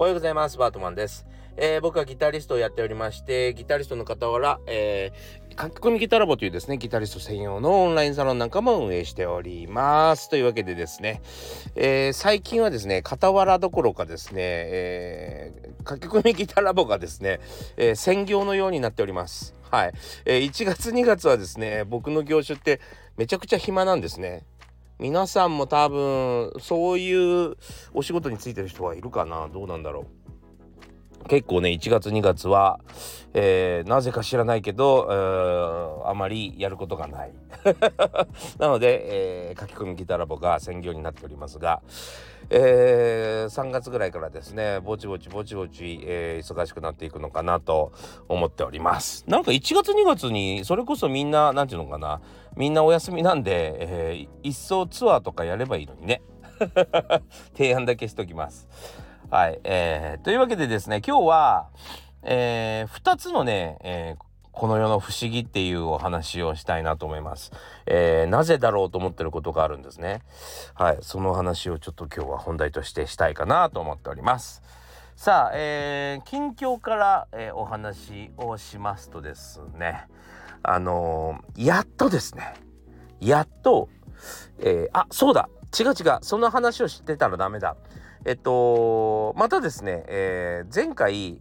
おはようございます。バートマンです。僕はギタリストをやっておりまして、ギタリストの傍ら、書き込みギタラボというですね、ギタリスト専用のオンラインサロンなんかも運営しております。というわけでですね、最近はですね、傍らどころかですね、書き込みギタラボがですね、専業のようになっております。はい。1月2月はですね、僕の業種ってめちゃくちゃ暇なんですね。皆さんも多分そういうお仕事についてる人はいるかな。どうなんだろう。結構ね1月2月は、なぜか知らないけど、あまりやることがないなので、書き込みギタラボが専業になっておりますが、3月ぐらいからですねぼちぼち、忙しくなっていくのかなと思っております。なんか1月2月にそれこそみんななんていうのかな、みんなお休みなんで、一層ツアーとかやればいいのにね提案だけしときます。はい、というわけでですね、今日は、2つのね、この世の不思議っていうお話をしたいなと思います。なぜだろうと思ってることがあるんですね。はい、その話をちょっと今日は本題としてしたいかなと思っております。さあ、近況から、お話をしますとですね、やっとですね、そうだ、違う、その話をしてたらダメだ。またですね、前回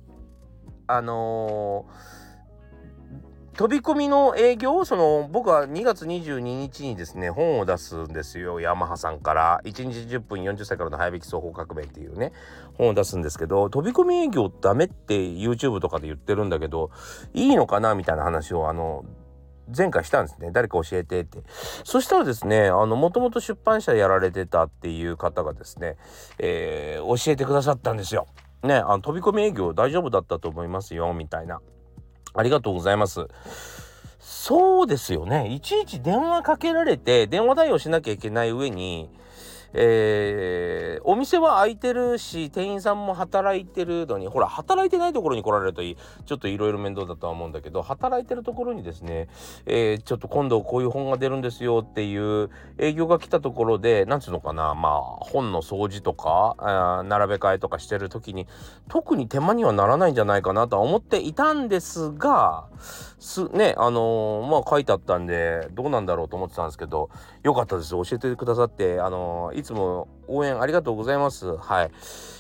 飛び込みの営業、僕は2月22日にですね本を出すんですよ。ヤマハさんから1日10分40歳からの早引き双方革命っていうね本を出すんですけど、飛び込み営業ダメって YouTube とかで言ってるんだけどいいのかなみたいな話を前回したんですね。誰か教えてって。そしたらですね、もともと出版社やられてたっていう方がですね、教えてくださったんですよ。ね、飛び込み営業大丈夫だったと思いますよみたいな。ありがとうございます。そうですよね。いちいち電話かけられて電話対応しなきゃいけない上に、お店は開いてるし店員さんも働いてるのに、ほら働いてないところに来られるとちょっといろいろ面倒だとは思うんだけど、働いてるところにですね、ちょっと今度こういう本が出るんですよっていう営業が来たところで、なんつうのかな、本の掃除とか並べ替えとかしてる時に特に手間にはならないんじゃないかなとは思っていたんですが、書いてあったんでどうなんだろうと思ってたんですけど、よかったです。教えてくださって、いつも応援ありがとうございます。はい。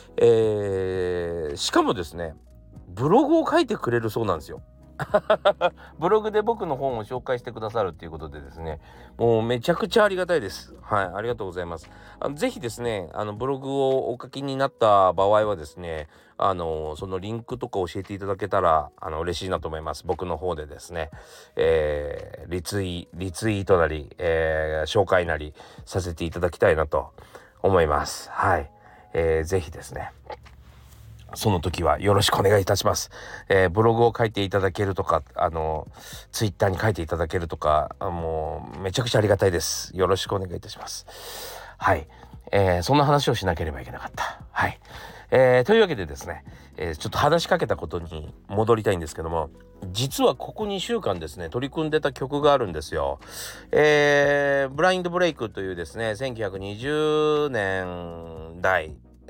しかもですね、ブログを書いてくれるそうなんですよ。ブログで僕の本を紹介してくださるっていうことでですね、もうめちゃくちゃありがたいです。はい、ありがとうございます。ぜひですね、ブログをお書きになった場合はですね、そのリンクとか教えていただけたら嬉しいなと思います。僕の方でですね、リツイートなり、紹介なりさせていただきたいなと思います。はい、ぜひですね、その時はよろしくお願いいたします。ブログを書いていただけるとか、ツイッターに書いていただけるとか、もうめちゃくちゃありがたいです。よろしくお願いいたします。はい、そんな話をしなければいけなかった。はい、というわけでですね、ちょっと話しかけたことに戻りたいんですけども、実はここ2週間ですね取り組んでた曲があるんですよ。ブラインドブレイクというですね1920年代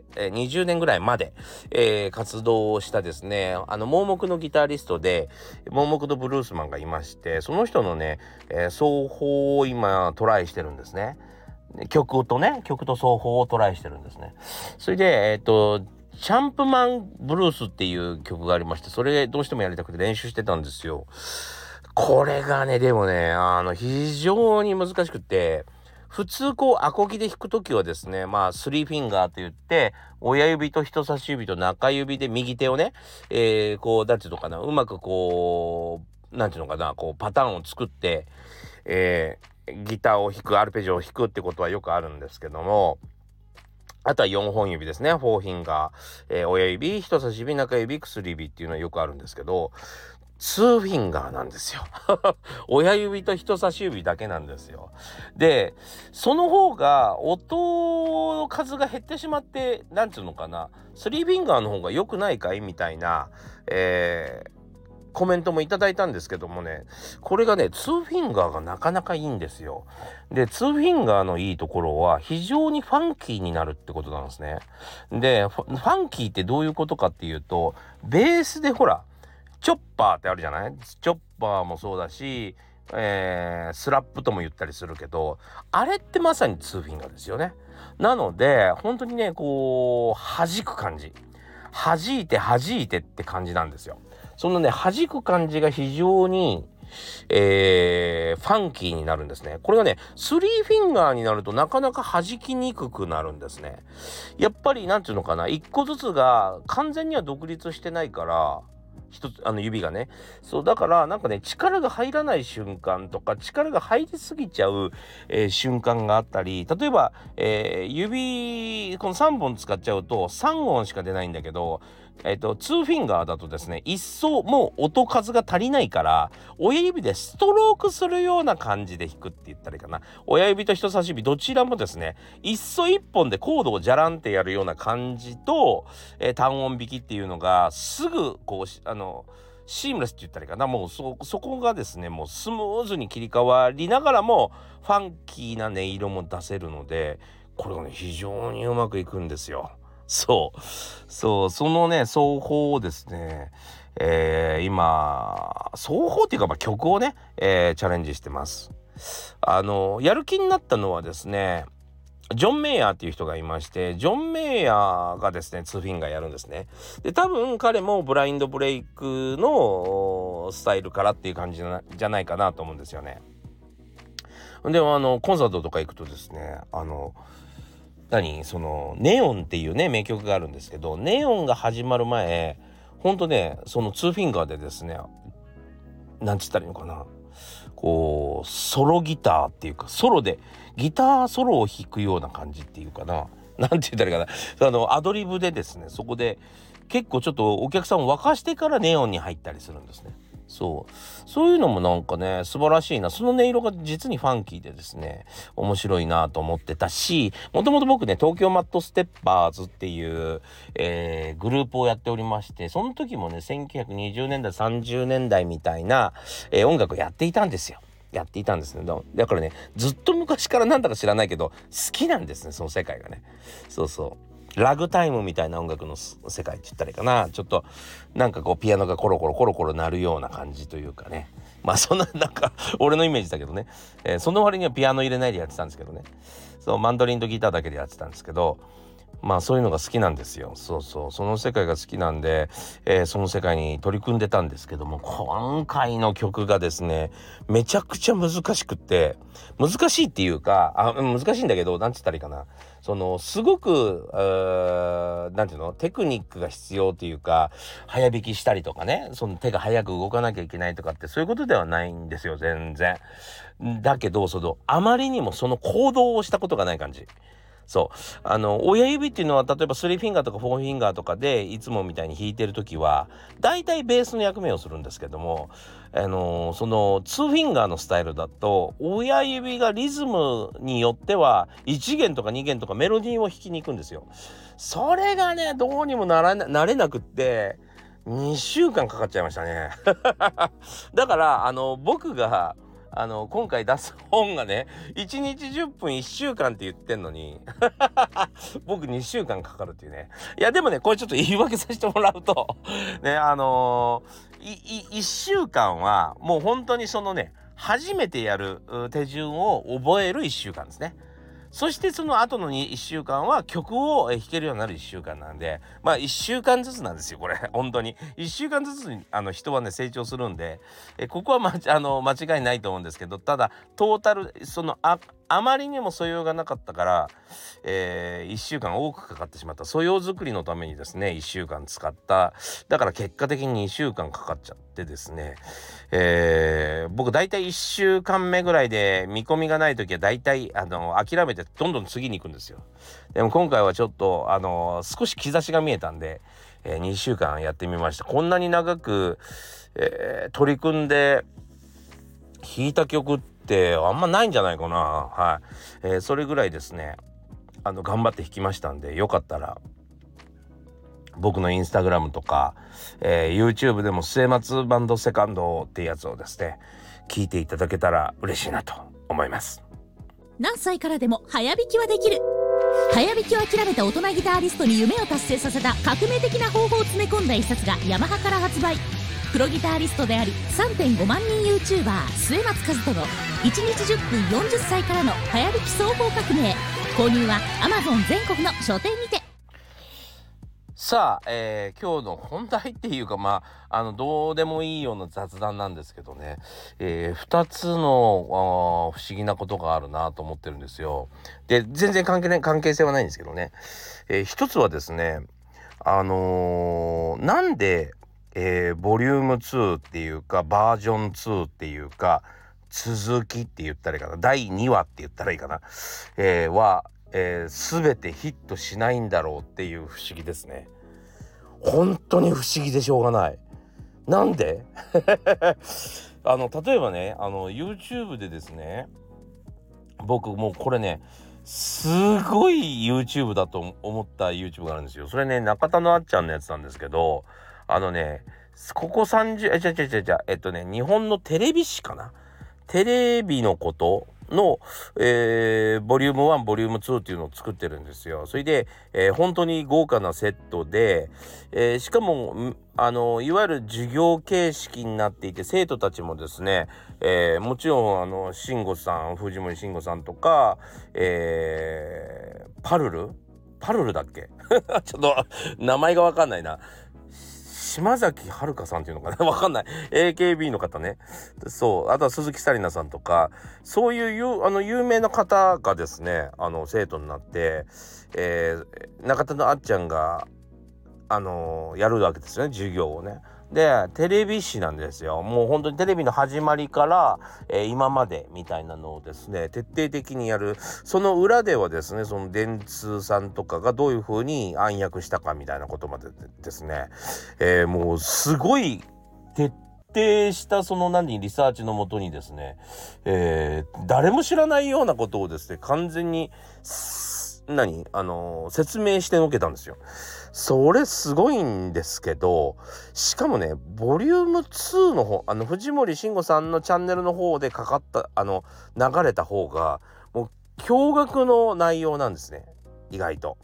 20年ぐらいまで、活動をしたですね盲目のギタリストで盲目のブルースマンがいまして、その人のね、奏法を今トライしてるんですね。曲と奏法をトライしてるんですね。それでチャンプマンブルースっていう曲がありまして、それどうしてもやりたくて練習してたんですよ。これがねでもね非常に難しくて、普通アコギで弾くときはですね、スリーフィンガーと言って親指と人差し指と中指で右手をね、なんていうのかな、うまくなんていうのかな、パターンを作って、ギターを弾く、アルペジオを弾くってことはよくあるんですけども、あとは4本指ですね。フォーフィンガー、親指、人差し指、中指、薬指っていうのはよくあるんですけど、2フィンガーなんですよ。親指と人差し指だけなんですよ。で、その方が音の数が減ってしまって、なんていうのかな、3フィンガーの方が良くないかいみたいな、 コメントもいただいたんですけどもね、これがねツーフィンガーがなかなかいいんですよ。でツーフィンガーのいいところは非常にファンキーになるってことなんですね。でファンキーってどういうことかっていうと、ベースでほらチョッパーってあるじゃない。チョッパーもそうだし、スラップとも言ったりするけど、あれってまさにツーフィンガーですよね。なので本当にねこう弾く感じ、弾いてって感じなんですよ。そのね弾く感じが非常にファンキーになるんですね。これがねスリーフィンガーになるとなかなか弾きにくくなるんですね。やっぱりなんていうのかな、一個ずつが完全には独立してないから、一つ指がね、そうだからなんかね力が入らない瞬間とか力が入りすぎちゃう、瞬間があったり、例えば、指この3本使っちゃうと3音しか出ないんだけど、2フィンガーだとですね一層もう音数が足りないから親指でストロークするような感じで弾くって言ったらいいかな。親指と人差し指どちらもですね一層一本でコードをじゃらんってやるような感じと、単音弾きっていうのがすぐこうシームレスって言ったらいいかな、もうそこがですねもうスムーズに切り替わりながらもファンキーな音色も出せるので、これがね非常にうまくいくんですよ。そのね奏法をですね、今奏法っていうか、曲をね、チャレンジしてます。やる気になったのはですねジョン・メイヤーっていう人がいまして、ジョン・メイヤーがですねツーフィンガーやるんですね。で多分彼もブラインドブレイクのスタイルからっていう感じじゃないかなと思うんですよね。でもコンサートとか行くとですねそのネオンっていうね名曲があるんですけど、ネオンが始まる前ほんとねそのツーフィンガーでですねなんつったらいいのかな、こうソロギターっていうかソロでギターソロを弾くような感じっていうかな、なんて言ったらいいかな、アドリブでですねそこで結構ちょっとお客さんを沸かしてからネオンに入ったりするんですね。そういうのもなんかね素晴らしいな。その音色が実にファンキーでですね面白いなと思ってたし、もともと僕ね東京マットステッパーズっていう、グループをやっておりまして、その時もね1920年代30年代みたいな、音楽をやっていたんですね。だからねずっと昔からなんだか知らないけど好きなんですね、その世界がね。ラグタイムみたいな音楽の世界って言ったらいいかな、ちょっとなんかこうピアノがコロコロ鳴るような感じというかね、そんななんか俺のイメージだけどね、その割にはピアノ入れないでやってたんですけどね、マンドリンとギターだけでやってたんですけど、そういうのが好きなんですよ。その世界が好きなんで、その世界に取り組んでたんですけども、今回の曲がですねめちゃくちゃ難しくって、難しいっていうか難しいんだけど、なんて言ったらいいかな、すごくなんていうのテクニックが必要っていうか、早弾きしたりとかね、その手が早く動かなきゃいけないとかってそういうことではないんですよ全然。だけどあまりにもその行動をしたことがない感じ。親指っていうのは例えば3フィンガーとか4フィンガーとかでいつもみたいに弾いてる時はだいたいベースの役目をするんですけども、その2フィンガーのスタイルだと親指がリズムによっては1弦とか2弦とかメロディーを弾きに行くんですよ。それがねどうにもなれなくって2週間かかっちゃいましたねだから僕が今回出す本がね1日10分1週間って言ってんのに僕2週間かかるっていうね。いやでもねこれちょっと言い訳させてもらうとね1週間はもう本当にそのね初めてやる手順を覚える1週間ですね。そしてその後の1週間は曲を弾けるようになる1週間なんで、1週間ずつなんですよこれ本当に1週間ずつに人はね成長するんで、ここは間違いないと思うんですけど、ただトータルあまりにも素養がなかったから、1週間多くかかってしまった。素養作りのためにですね1週間使った。だから結果的に2週間かかっちゃってですね、僕だいたい1週間目ぐらいで見込みがない時はだいたい諦めてどんどん次に行くんですよ。でも今回はちょっと少し兆しが見えたんで、2週間やってみました。こんなに長く、取り組んで弾いた曲ってあんまないんじゃないかな。それぐらいですね頑張って弾きましたんで、よかったら僕のインスタグラムとか、YouTube でも末松バンドセカンドってやつをですね聞いていただけたら嬉しいなと思います。 何歳からでも早弾きはできる。早弾きを諦めた大人ギタリストに夢を達成させた革命的な方法を詰め込んだ一冊がヤマハから発売。プロギタリストであり 3.5 万人 YouTuber 末松和人の1日10分40歳からの早弾き総合革命。購入は Amazon 全国の書店にて。 さあ、今日の本題っていうかどうでもいいような雑談なんですけどね、2つの不思議なことがあるなと思ってるんですよ。で全然関係性はないんですけどね、一つはですねなんで、ボリューム2っていうかバージョン2っていうか続きって言ったらいいかな、第2話って言ったらいいかな、全てヒットしないんだろうっていう不思議ですね。本当に不思議でしょうがない。なんで例えばねYouTube でですね、僕もうこれねすごい YouTube だと思った YouTube があるんですよ。それね中田のあっちゃんのやつなんですけど、ここ30日本のテレビ誌かな、テレビのことの、ボリューム1ボリューム2っていうのを作ってるんですよ。それで、本当に豪華なセットで、しかもいわゆる授業形式になっていて、生徒たちもですね、もちろん慎吾さん、藤森慎吾さんとか、パルルだっけちょっと名前がわかんないな、島崎遥さんっていうのかなわかんない AKB の方ね、そうあとは鈴木紗理奈さんとか、そういう有名な方がですね生徒になって、中田のあっちゃんがやるわけですよね、授業をね。でテレビ誌なんですよ。もう本当にテレビの始まりから、今までみたいなのをですね徹底的にやる。その裏ではですねその電通さんとかがどういう風に暗躍したかみたいなことまでですね、もうすごい徹底したそのリサーチのもとにですね、誰も知らないようなことをですね完全に説明してのけたんですよ。それすごいんですけど、しかもねボリューム2の方藤森慎吾さんのチャンネルの方でかかった流れた方がもう驚愕の内容なんですね、意外と。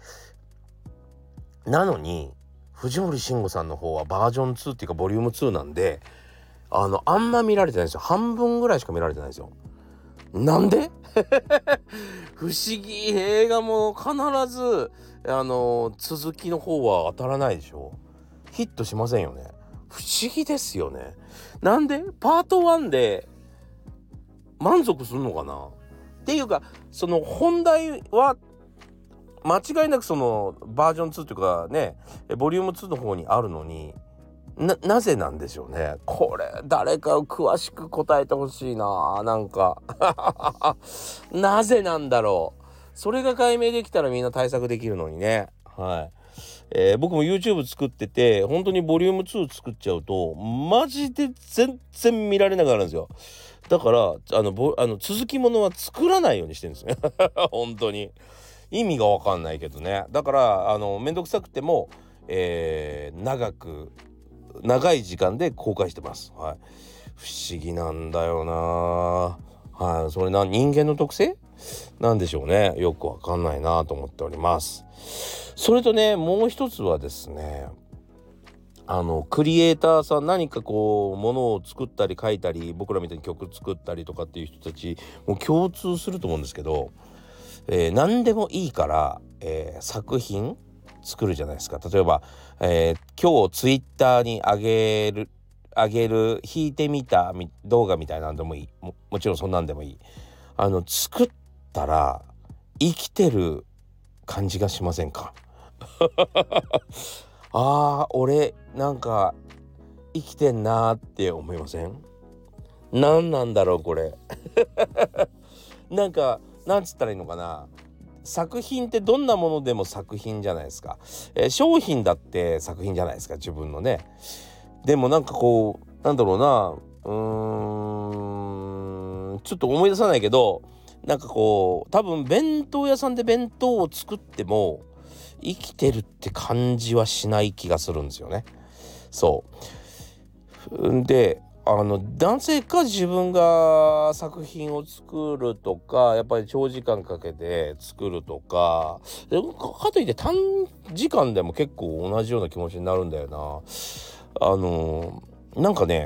なのに藤森慎吾さんの方はバージョン2っていうかボリューム2なんであんま見られてないんですよ。半分ぐらいしか見られてないんですよ。なんで不思議。映画も必ず続きの方は当たらないでしょ。ヒットしませんよね。不思議ですよね。なんでパート1で満足するのかなっていうか、その本題は間違いなくそのバージョン2というかねボリューム2の方にあるのになぜなんでしょうね。これ誰か詳しく答えてほしいな。なんかなぜなんだろう。それが解明できたらみんな対策できるのにね。はい。僕も YouTube 作ってて本当にボリューム2作っちゃうとマジで全然見られなくなるんですよ。だから続きものは作らないようにしてるんですね本当に意味がわかんないけどね。だからめんどくさくても、長い時間で公開してます。はい。不思議なんだよな。はい。それ人間の特性なんでしょうね。よくわかんないなと思っております。それとねもう一つはですねクリエイターさん、何かこうものを作ったり書いたり僕らみたいに曲作ったりとかっていう人たちも共通すると思うんですけど、何でもいいから、作品作るじゃないですか。例えば、今日ツイッターに上げる弾いてみた動画みたいなんでもいい。もちろんそんなんでもいい。作ったら生きてる感じがしませんか俺なんか生きてんなーって思いません？何なんだろうこれなんかなんつったらいいのかな。作品ってどんなものでも作品じゃないですか。商品だって作品じゃないですか、自分のね。でもなんかこうなんだろうな、ちょっと思い出さないけど、なんかこう多分弁当屋さんで弁当を作っても生きてるって感じはしない気がするんですよね。そうで男性か自分が作品を作るとか、やっぱり長時間かけて作るとかでかといって短時間でも結構同じような気持ちになるんだよな。なんかね、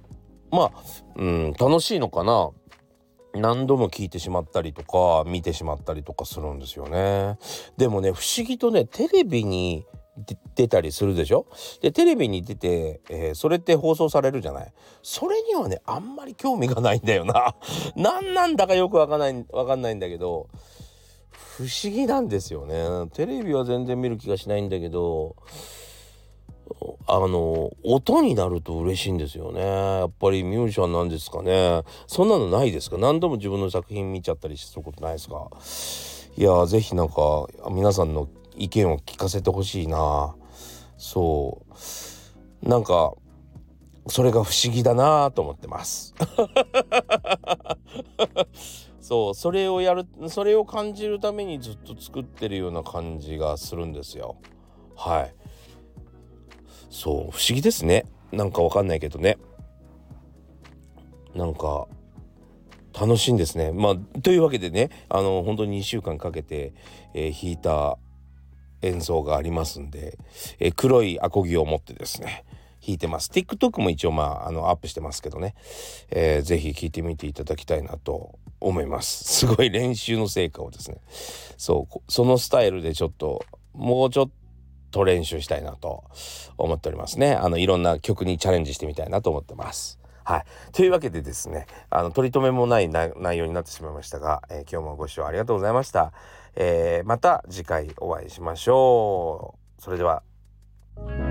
楽しいのかな。何度も聞いてしまったりとか見てしまったりとかするんですよね。でもね、不思議とね、テレビに出たりするでしょ。でテレビに出て、それって放送されるじゃない。それにはねあんまり興味がないんだよな何なんだかよくわかんないんだけど、不思議なんですよね。テレビは全然見る気がしないんだけど、音になると嬉しいんですよね。やっぱりミュージシャンなんですかね。そんなのないですか？何度も自分の作品見ちゃったりすることないですか？いやぜひなんか皆さんの意見を聞かせてほしいな。そうなんかそれが不思議だなと思ってますそう、それを感じるためにずっと作ってるような感じがするんですよ。はい、そう不思議ですね。なんかわかんないけどね、なんか楽しいんですね。というわけでね、本当に2週間かけて、弾いた演奏がありますんで、黒いアコギを持ってですね弾いてます。 TikTok も一応アップしてますけどね、ぜひ聴いてみていただきたいなと思います。すごい練習の成果をですね、そのスタイルでちょっともうちょっと練習したいなと思っておりますね。いろんな曲にチャレンジしてみたいなと思ってます。はい、というわけでですね、取り留めもない内容になってしまいましたが、今日もご視聴ありがとうございました。また次回お会いしましょう。それでは。